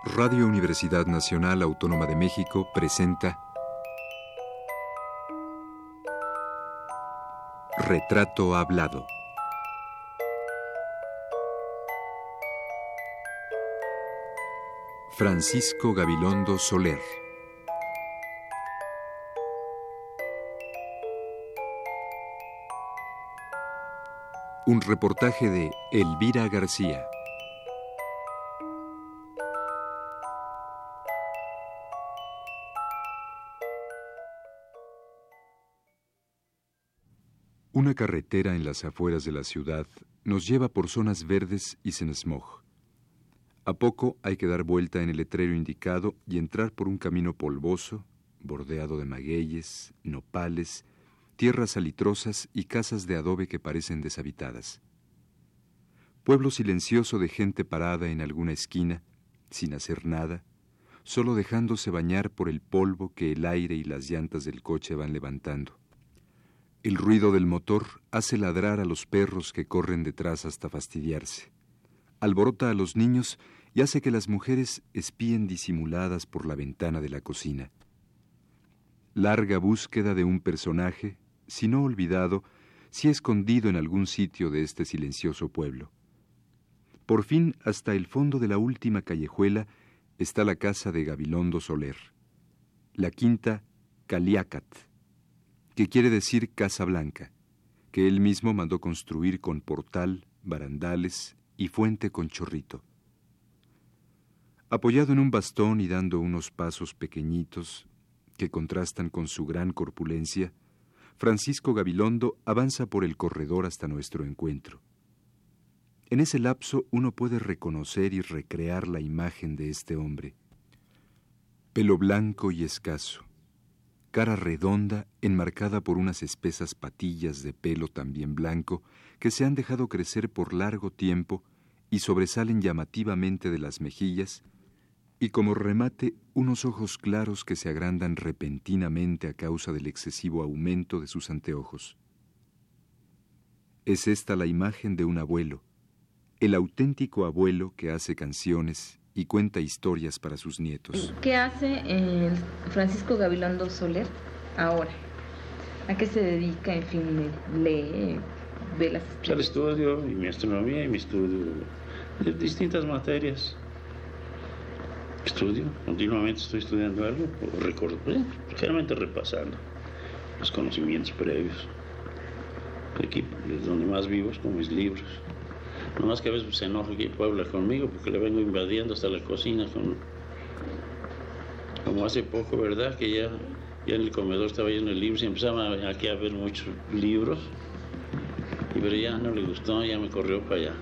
Radio Universidad Nacional Autónoma de México presenta Retrato Hablado. Francisco Gabilondo Soler. Un reportaje de Elvira García. Una carretera en las afueras de la ciudad nos lleva por zonas verdes y sin smog. A poco hay que dar vuelta en el letrero indicado y entrar por un camino polvoso, bordeado de magueyes, nopales, tierras salitrosas y casas de adobe que parecen deshabitadas. Pueblo silencioso de gente parada en alguna esquina, sin hacer nada, solo dejándose bañar por el polvo que el aire y las llantas del coche van levantando. El ruido del motor hace ladrar a los perros que corren detrás hasta fastidiarse. Alborota a los niños y hace que las mujeres espíen disimuladas por la ventana de la cocina. Larga búsqueda de un personaje, si no olvidado, si escondido en algún sitio de este silencioso pueblo. Por fin, hasta el fondo de la última callejuela, está la casa de Gabilondo Soler, la quinta Caliacat, que quiere decir Casa Blanca, que él mismo mandó construir con portal, barandales y fuente con chorrito. Apoyado en un bastón y dando unos pasos pequeñitos que contrastan con su gran corpulencia, Francisco Gabilondo avanza por el corredor hasta nuestro encuentro. En ese lapso uno puede reconocer y recrear la imagen de este hombre. Pelo blanco y escaso, cara redonda enmarcada por unas espesas patillas de pelo también blanco que se han dejado crecer por largo tiempo y sobresalen llamativamente de las mejillas, y como remate unos ojos claros que se agrandan repentinamente a causa del excesivo aumento de sus anteojos. Es esta la imagen de un abuelo, el auténtico abuelo que hace canciones y cuenta historias para sus nietos. ¿Qué hace Francisco Gabilondo Soler ahora? ¿A qué se dedica? En fin, lee, ve las... Al estudio, y mi astronomía, y mi estudio de distintas materias. Estudio, continuamente estoy estudiando algo, recuerdo, generalmente repasando los conocimientos previos. Aquí es donde más vivo es con mis libros. No más que a veces se enoja aquí Puebla conmigo porque le vengo invadiendo hasta la cocina. Como hace poco, ¿verdad? Que ya en el comedor estaba lleno de libros y empezaba aquí a ver muchos libros. Pero ya no le gustó, ya me corrió para allá.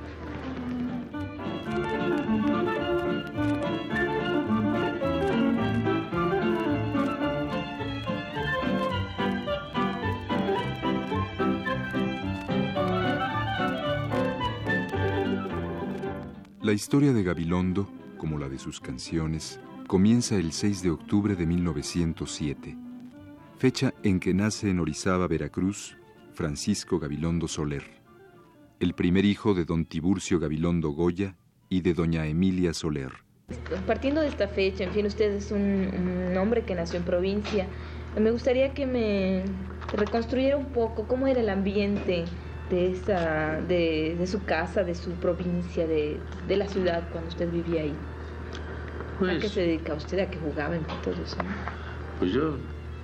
La historia de Gabilondo, como la de sus canciones, comienza el 6 de octubre de 1907, fecha en que nace en Orizaba, Veracruz, Francisco Gabilondo Soler, el primer hijo de don Tiburcio Gabilondo Goya y de doña Emilia Soler. Partiendo de esta fecha, en fin, usted es un hombre que nació en provincia. Me gustaría que me reconstruyera un poco cómo era el ambiente de su casa, de su provincia, de la ciudad cuando usted vivía ahí. ¿A qué se dedica usted? ¿A qué jugaba en todo eso? Pues yo,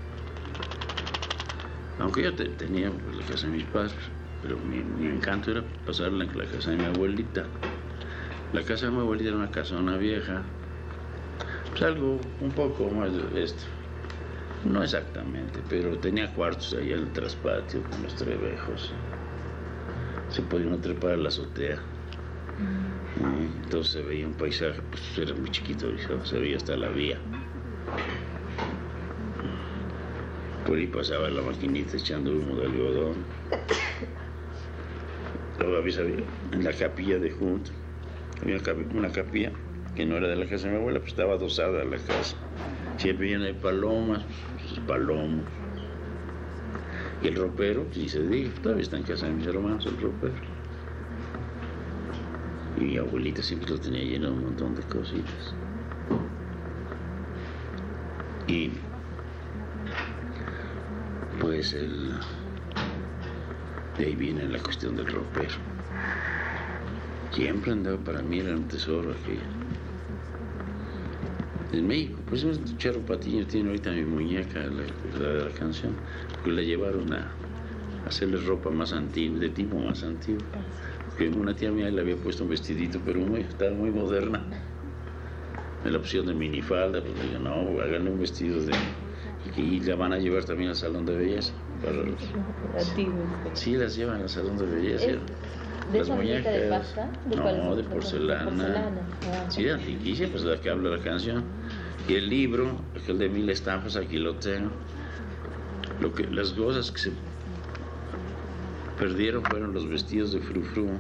aunque yo tenía la casa de mis padres, pero mi encanto era pasarla en la casa de mi abuelita. La casa de mi abuelita era una casona vieja, pues algo un poco más de esto. No exactamente, pero tenía cuartos ahí en el traspatio con los trebejos. Se podía uno trepar a la azotea. Entonces se veía un paisaje, pues era muy chiquito, se veía hasta la vía. Por ahí pasaba la maquinita echando humo de algodón. Luego había en la capilla de junto, había una capilla que no era de la casa de mi abuela, pues estaba adosada a la casa. Siempre llena de palomas, pues, palomos. Y el ropero, si se diga, todavía está en casa de mis hermanos el ropero. Y mi abuelita siempre lo tenía lleno de un montón de cositas. Y pues de ahí viene la cuestión del ropero. Siempre andaba, para mí era un tesoro aquello. En México, pues Charo Patiño tiene ahorita mi muñeca, la de la canción, porque la llevaron a hacerle ropa más antigua, de tipo más antiguo. Porque una tía mía le había puesto un vestidito, pero estaba muy moderna. En la opción de minifalda, pues le digo, no, háganle un vestido y la van a llevar también al salón de belleza. Para los... Sí, las llevan al salón de belleza. ¿De esa muñeca de pasta? No, de porcelana. Sí, de antiquicia, pues de la que habla la canción. Y el libro, aquel de 1000 estampas, aquí lo tengo. Las cosas que se perdieron fueron los vestidos de frufru.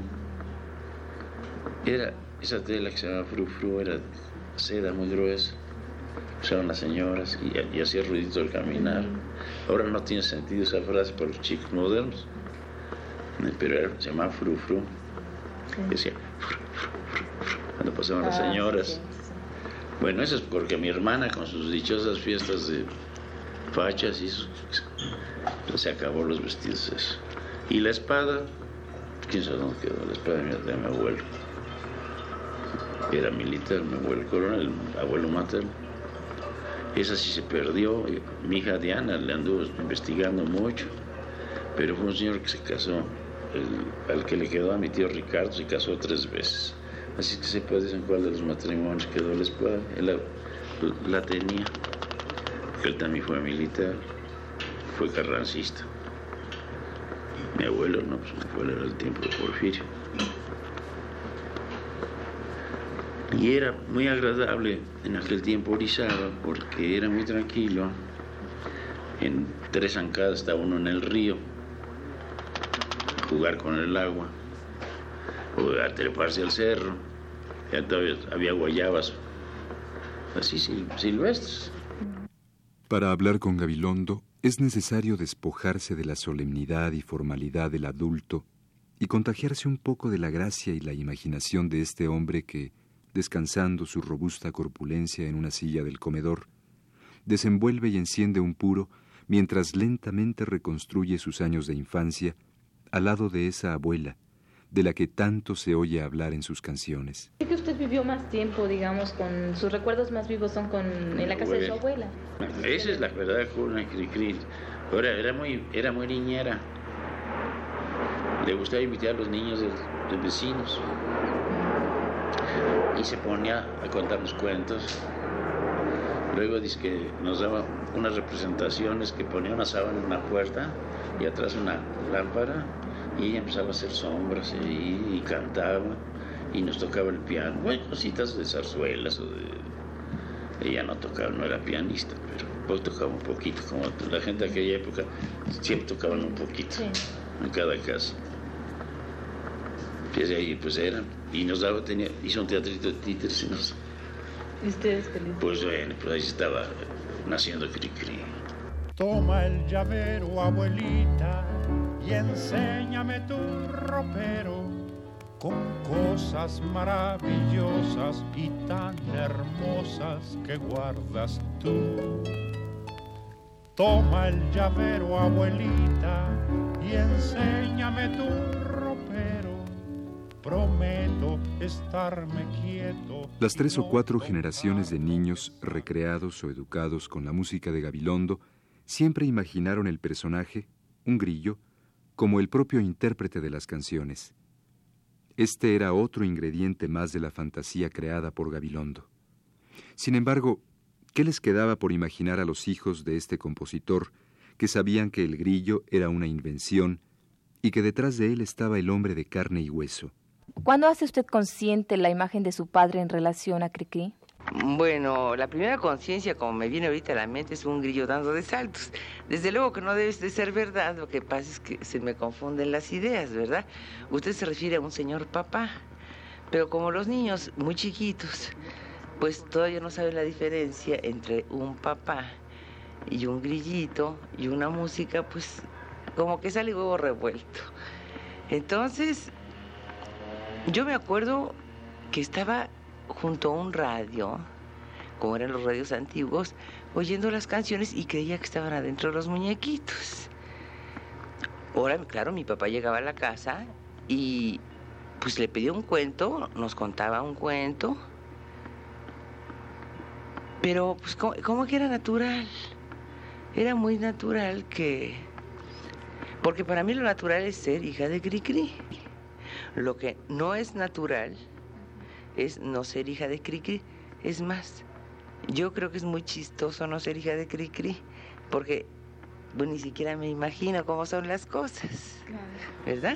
Esa tela que se llama frufru, era seda muy gruesa. Usaban las señoras y hacía ruidito al caminar. Ahora no tiene sentido esa frase para los chicos modernos. Pero se llamaba frufru. Decía cuando pasaban las señoras. Sí. Bueno, eso es porque mi hermana con sus dichosas fiestas de fachas hizo, se acabó los vestidos eso. Y la espada, quién sabe dónde quedó, la espada de mi abuelo. Era militar, mi abuelo coronel, el abuelo materno. Esa sí se perdió. Mi hija Diana le anduvo investigando mucho, pero fue un señor que se casó. Al que le quedó a mi tío Ricardo se casó 3 veces. Así que se puede decir en cuál de los matrimonios quedó la espada. Él la tenía, porque él también fue militar, fue carrancista. Mi abuelo no, pues mi abuelo era del tiempo de Porfirio. Y era muy agradable en aquel tiempo Orizaba, porque era muy tranquilo. En 3 zancadas estaba uno en el río, jugar con el agua, o a treparse al cerro. Ya todavía había guayabas así silvestres. Para hablar con Gabilondo es necesario despojarse de la solemnidad y formalidad del adulto y contagiarse un poco de la gracia y la imaginación de este hombre que, descansando su robusta corpulencia en una silla del comedor, desenvuelve y enciende un puro mientras lentamente reconstruye sus años de infancia al lado de esa abuela, de la que tanto se oye hablar en sus canciones. Es que usted vivió más tiempo, digamos, con sus recuerdos más vivos son en la casa de su abuela. Esa es la verdad, Juana Cricri. Ahora, era muy niñera. Le gustaba invitar a los niños de vecinos. Y se ponía a contarnos cuentos. Luego dice que nos daba unas representaciones que ponía una sábana en una puerta y atrás una lámpara, y ella empezaba a hacer sombras y cantaba y nos tocaba el piano. Bueno, cositas de zarzuelas ella no tocaba, no era pianista, pero pues tocaba un poquito, como la gente de aquella época siempre tocaban un poquito, sí, en cada casa. Y ahí pues era, y nos daba, hizo un teatrito de títeres y nos... ¿Y ustedes felices? Pues bueno, pues ahí estaba naciendo Cricri. Toma el llavero, abuelita, y enséñame tu ropero con cosas maravillosas y tan hermosas que guardas tú. Toma el llavero, abuelita, y enséñame tu ropero. Prometo estarme quieto. Las 3 o 4 generaciones de niños recreados o educados con la música de Gabilondo siempre imaginaron el personaje, un grillo, como el propio intérprete de las canciones. Este era otro ingrediente más de la fantasía creada por Gabilondo. Sin embargo, ¿qué les quedaba por imaginar a los hijos de este compositor que sabían que el grillo era una invención y que detrás de él estaba el hombre de carne y hueso? ¿Cuándo hace usted consciente la imagen de su padre en relación a Cricri? Bueno, la primera conciencia, como me viene ahorita a la mente, es un grillo dando de saltos. Desde luego que no debe de ser verdad, lo que pasa es que se me confunden las ideas, ¿verdad? Usted se refiere a un señor papá, pero como los niños muy chiquitos, pues todavía no saben la diferencia entre un papá y un grillito y una música, pues como que sale huevo revuelto. Entonces, yo me acuerdo que estaba junto a un radio como eran los radios antiguos, oyendo las canciones y creía que estaban adentro los muñequitos. Ahora, claro, mi papá llegaba a la casa y pues le pedía un cuento, nos contaba un cuento, pero pues como que era natural, era muy natural porque para mí lo natural es ser hija de Cricri. Lo que no es natural es no ser hija de Cricri. Es más, yo creo que es muy chistoso no ser hija de Cricri, porque ni siquiera me imagino cómo son las cosas, ¿verdad?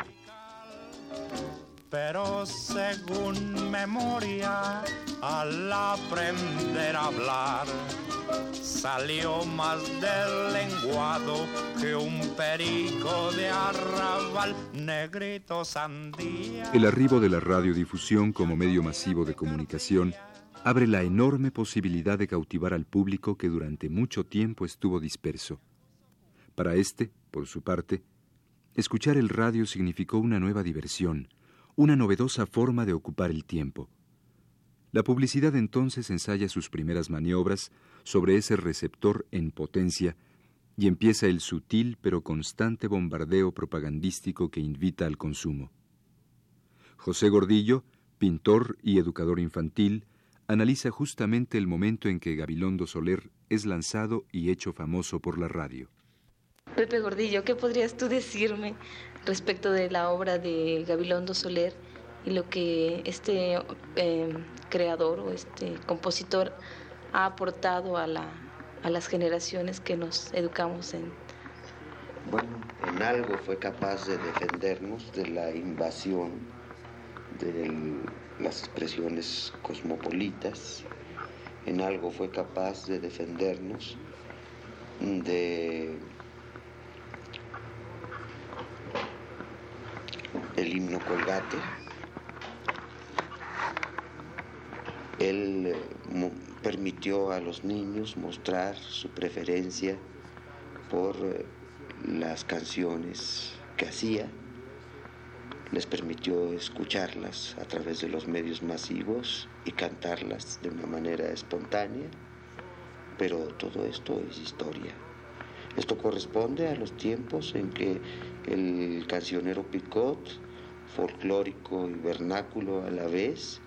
Pero según memoria, al aprender a hablar, salió más del lenguado que un perico de arrabal, negrito sandía. El arribo de la radiodifusión como medio masivo de comunicación abre la enorme posibilidad de cautivar al público que durante mucho tiempo estuvo disperso. Para este, por su parte, escuchar el radio significó una nueva diversión, una novedosa forma de ocupar el tiempo. La publicidad entonces ensaya sus primeras maniobras sobre ese receptor en potencia y empieza el sutil pero constante bombardeo propagandístico que invita al consumo. José Gordillo, pintor y educador infantil, analiza justamente el momento en que Gabilondo Soler es lanzado y hecho famoso por la radio. Pepe Gordillo, ¿qué podrías tú decirme respecto de la obra de Gabilondo Soler y lo que este creador o este compositor ha aportado a las generaciones que nos educamos en? Bueno, en algo fue capaz de defendernos de la invasión de las expresiones cosmopolitas, en algo fue capaz de defendernos de el himno Colgate. Él permitió a los niños mostrar su preferencia por las canciones que hacía, les permitió escucharlas a través de los medios masivos y cantarlas de una manera espontánea, pero todo esto es historia. Esto corresponde a los tiempos en que el cancionero picot, folclórico y vernáculo a la vez,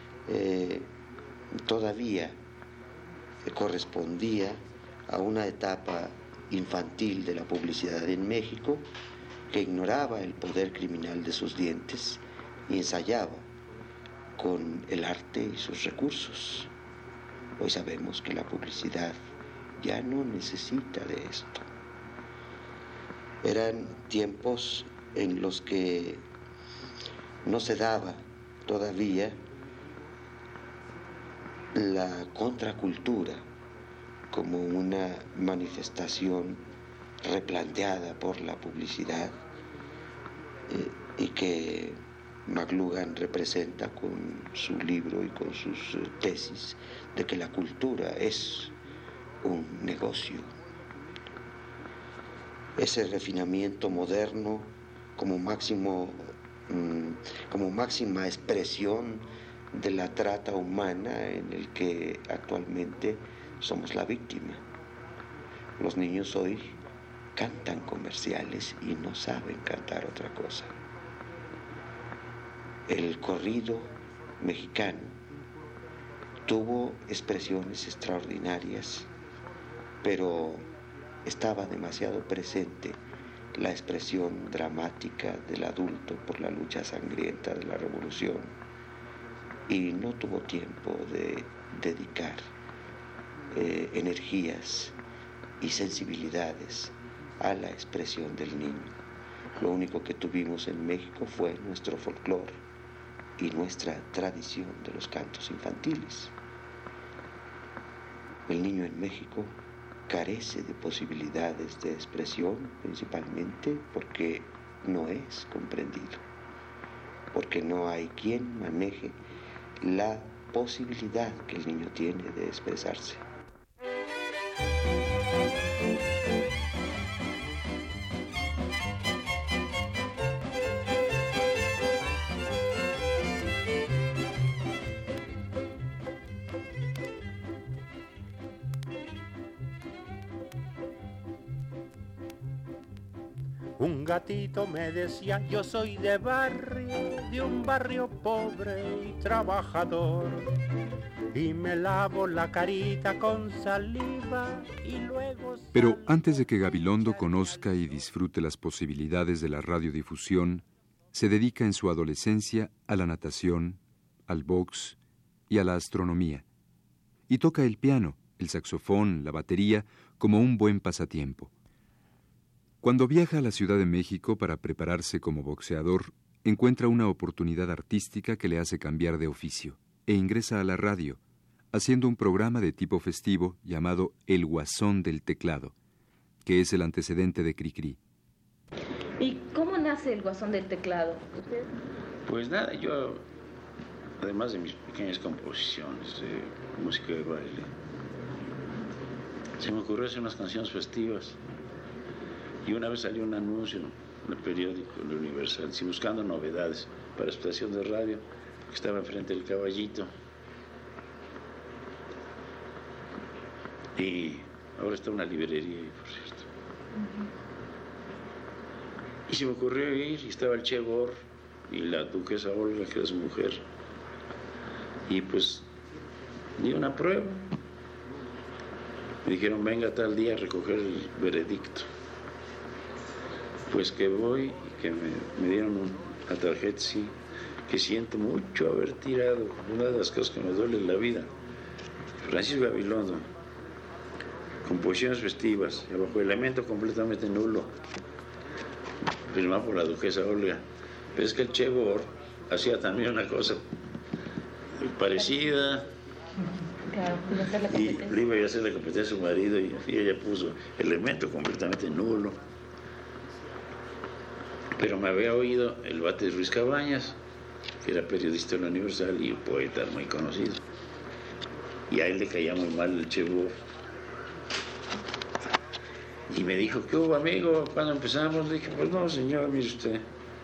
todavía correspondía a una etapa infantil de la publicidad en México, que ignoraba el poder criminal de sus dientes y ensayaba con el arte y sus recursos. Hoy sabemos que la publicidad ya no necesita de esto. Eran tiempos en los que no se daba todavía la contracultura como una manifestación replanteada por la publicidad y que McLuhan representa con su libro y con sus tesis de que la cultura es un negocio. Ese refinamiento moderno como máxima expresión de la trata humana en el que actualmente somos la víctima. Los niños hoy cantan comerciales y no saben cantar otra cosa. El corrido mexicano tuvo expresiones extraordinarias, pero estaba demasiado presente la expresión dramática del adulto por la lucha sangrienta de la revolución y no tuvo tiempo de dedicar energías y sensibilidades a la expresión del niño. Lo único que tuvimos en México fue nuestro folclore y nuestra tradición de los cantos infantiles. El niño en México carece de posibilidades de expresión, principalmente porque no es comprendido, porque no hay quien maneje la posibilidad que el niño tiene de expresarse. Un gatito me decía, yo soy de un barrio pobre y trabajador, y me lavo la carita con saliva y luego... Pero antes de que Gabilondo conozca y disfrute las posibilidades de la radiodifusión, se dedica en su adolescencia a la natación, al box y a la astronomía, y toca el piano, el saxofón, la batería, como un buen pasatiempo. Cuando viaja a la Ciudad de México para prepararse como boxeador, encuentra una oportunidad artística que le hace cambiar de oficio e ingresa a la radio, haciendo un programa de tipo festivo llamado El Guasón del Teclado, que es el antecedente de Cricri. ¿Y cómo nace El Guasón del Teclado? ¿Usted? Pues nada, yo, además de mis pequeñas composiciones de música de baile, se me ocurrió hacer unas canciones festivas. Y una vez salió un anuncio en el periódico, en el Universal, buscando novedades para estación de radio, que estaba enfrente del Caballito. Y ahora está una librería ahí, por cierto. Y se me ocurrió ir, y estaba el Che Bor y la duquesa Olga, que era su mujer. Y pues di una prueba. Me dijeron, venga tal día a recoger el veredicto. Pues que voy y que me dieron una tarjeta, sí, que siento mucho haber tirado. Una de las cosas que me duele en la vida. Francisco Gabilondo, composiciones festivas, bajo elemento completamente nulo, firmado por la duquesa Olga. Pero es que el Che Bor hacía también una cosa parecida. Claro, y le iba a hacer la competencia a su marido y ella puso elemento completamente nulo. Pero me había oído el Bate Ruiz Cabañas, que era periodista de la Universal y un poeta muy conocido. Y a él le caía muy mal el Che Bor. Y me dijo, ¿qué hubo, amigo? Cuando empezamos, le dije, pues no, señor, mire usted.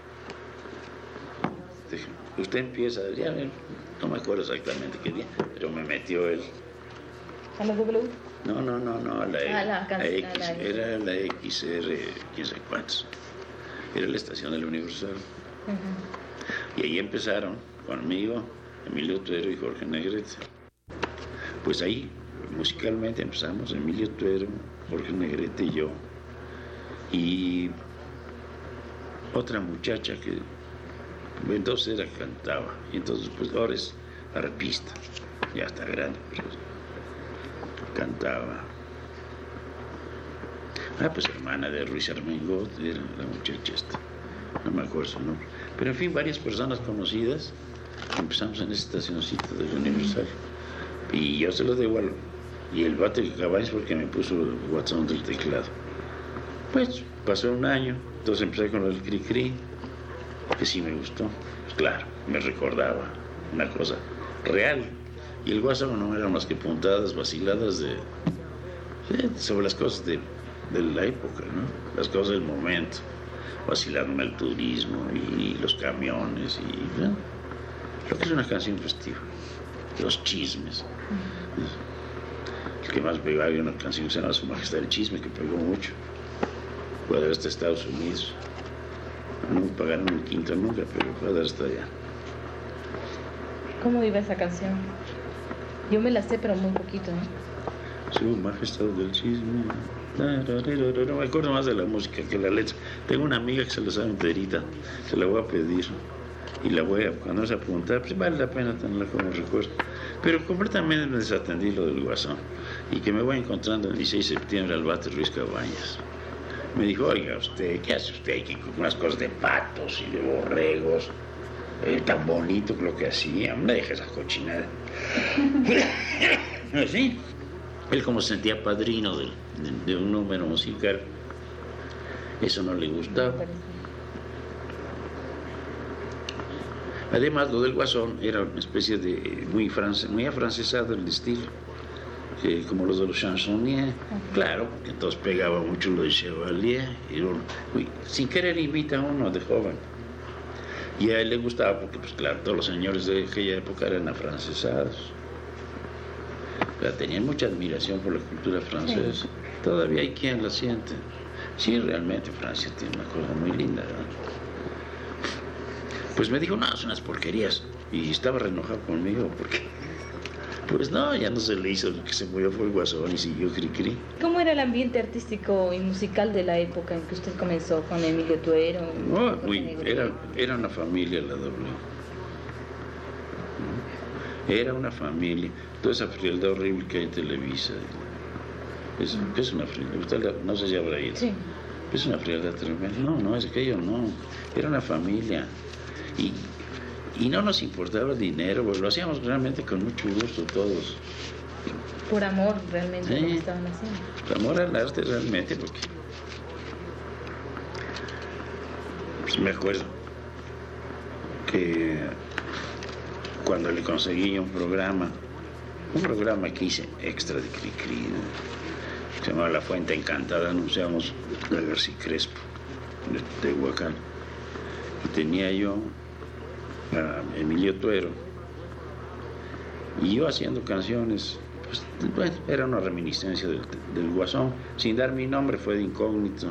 Dije, usted empieza, ya no me acuerdo exactamente qué día, pero me metió él. ¿A la W? No, a la X, era la XR, quién sabe cuántos. Era la estación del Universal. Y ahí empezaron conmigo, Emilio Tuero y Jorge Negrete. Pues ahí, musicalmente empezamos, Emilio Tuero, Jorge Negrete y yo. Y otra muchacha que entonces cantaba. Y entonces, pues ahora es arpista, ya está grande, pero cantaba. Pues hermana de Ruiz Armengot, era la muchacha esta, no me acuerdo su nombre. Pero en fin, varias personas conocidas, empezamos en esta estacioncita del Universal. Y yo se lo debo y el Bate Cabañas porque me puso el Guasón del Teclado. Pues pasó un año, entonces empecé con el Cricri, que sí me gustó. Pues claro, me recordaba una cosa real. Y el Guasón no eran más que puntadas, vaciladas sobre las cosas de la época, ¿no? Las cosas del momento, vacilando el turismo y los camiones y ¿no? Lo que es una canción festiva, los chismes. El que más pegó, había una canción que se llama Su Majestad el Chisme, que pegó mucho. Fue a dar hasta Estados Unidos. No me pagaron el quinto nunca, pero fue a dar hasta allá. ¿Cómo iba esa canción? Yo me la sé, pero muy poquito, ¿no? Su Majestad del Chisme. No me acuerdo más de la música que la letra. Tengo una amiga que se la sabe enterita, se la voy a pedir y la voy a, cuando se apuntar, pues vale la pena tenerla como recuerdo. Pero completamente me desatendí lo del Guasón y que me voy encontrando el 16 de septiembre al Bate Ruiz Cabañas. Me dijo, oiga usted, ¿qué hace usted aquí con unas cosas de patos y de borregos? Tan bonito lo que hacía, me deja esa cochinada. ¿Sí? Él como se sentía padrino de un número musical, eso no le gustaba. Además, lo del Guasón era una especie de muy afrancesado el estilo, como los de los chansonniers. Claro, porque entonces pegaba mucho lo de Chevalier, y sin querer imita a uno de joven. Y a él le gustaba porque, pues claro, todos los señores de aquella época eran afrancesados. Tenían mucha admiración por la cultura francesa. Sí. Todavía hay quien la siente. Sí, realmente Francia tiene una cosa muy linda, ¿verdad? Pues me dijo, no, son unas porquerías. Y estaba re enojado conmigo porque, pues no, ya no se le hizo, lo que se murió fue el Guasón y siguió cri-cri. ¿Cómo era el ambiente artístico y musical de la época en que usted comenzó con Emilio Tuero? No, era una familia la doble. Era una familia. Toda esa frialdad horrible que hay en Televisa. Es una frialdad. Usted no sé si habrá ido. Sí. Es una frialdad tremenda. No, es aquello no. Era una familia. Y no nos importaba el dinero, pues lo hacíamos realmente con mucho gusto todos. Por amor, realmente, Sí. lo que estaban haciendo. Por amor al arte realmente, porque pues me acuerdo que cuando le conseguí un programa que hice extra de Cri-Cri, se llamaba La Fuente Encantada, anunciamos a García Crespo de Tehuacán. Y tenía yo a Emilio Tuero y yo haciendo canciones, pues bueno, era una reminiscencia del Guasón, sin dar mi nombre, fue de incógnito.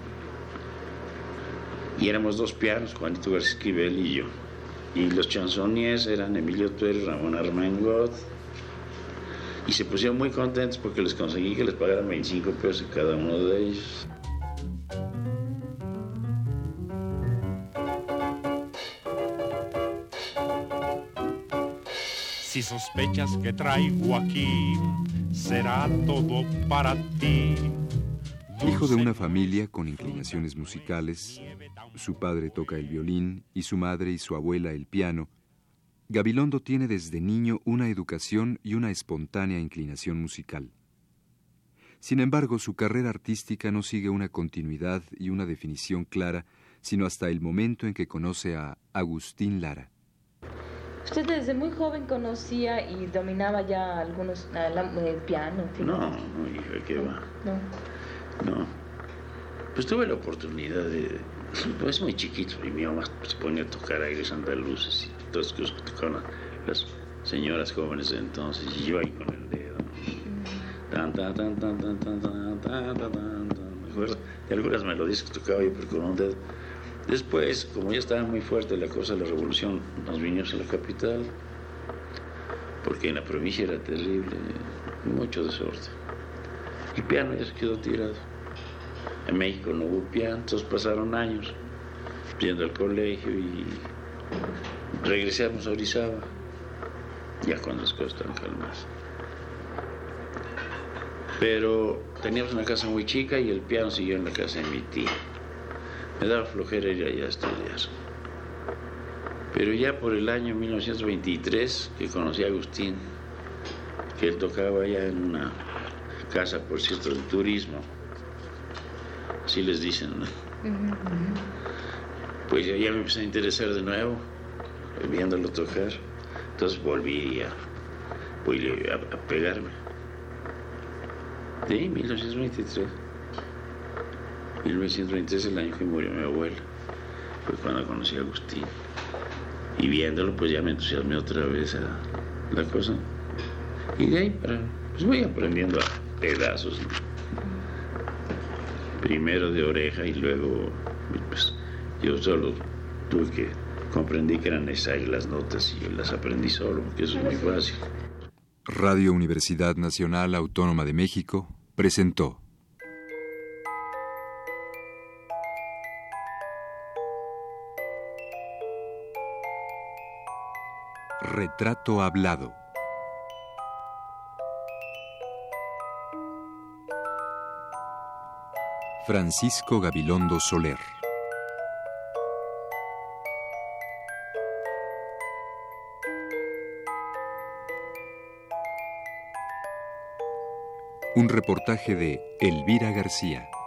Y éramos dos pianos, Juanito García Esquivel y yo. Y los chansonniers eran Emilio Tuero y Ramón Armengot. Y se pusieron muy contentos porque les conseguí que les pagaran 25 pesos a cada uno de ellos. Si sospechas que traigo aquí, será todo para ti. Hijo de una familia con inclinaciones musicales, su padre toca el violín y su madre y su abuela el piano, Gabilondo tiene desde niño una educación y una espontánea inclinación musical. Sin embargo, su carrera artística no sigue una continuidad y una definición clara, sino hasta el momento en que conoce a Agustín Lara. ¿Usted desde muy joven conocía y dominaba ya el piano? En fin? No, hija, ¿qué va? No. Pues tuve la oportunidad de... Pues muy chiquito, y mi mamá se ponía a tocar aires andaluces y todas las cosas que tocaban las señoras jóvenes de entonces, y yo ahí con el dedo. Tan, tan, tan, tan, tan, tan, tan, tan, tan, tan. Me acuerdo de algunas melodías que tocaba yo, pero con un dedo. Después, como ya estaba muy fuerte la cosa de la revolución, nos vinimos a la capital, porque en la provincia era terrible, mucho desorden. El piano ya se quedó tirado. En México no hubo piano, entonces pasaron años yendo al colegio y regresamos a Orizaba, ya cuando las cosas estaban calmadas. Pero teníamos una casa muy chica y el piano siguió en la casa de mi tía. Me daba flojera ir allá a estudiar. Pero ya por el año 1923, que conocí a Agustín, que él tocaba allá en una casa, por cierto, de turismo, así les dicen, ¿no? Pues ya me empecé a interesar de nuevo, viéndolo tocar. Entonces volví a pegarme. Sí, 1923. 1923 el año que murió mi abuela. Fue cuando conocí a Agustín. Y viéndolo, pues ya me entusiasmé otra vez a la cosa. Y de ahí pues voy aprendiendo a pedazos, ¿no? Primero de oreja y luego, pues yo solo comprendí que eran necesarias las notas y las aprendí solo, porque eso es muy fácil. Radio Universidad Nacional Autónoma de México presentó Retrato Hablado. Francisco Gabilondo Soler. Un reportaje de Elvira García.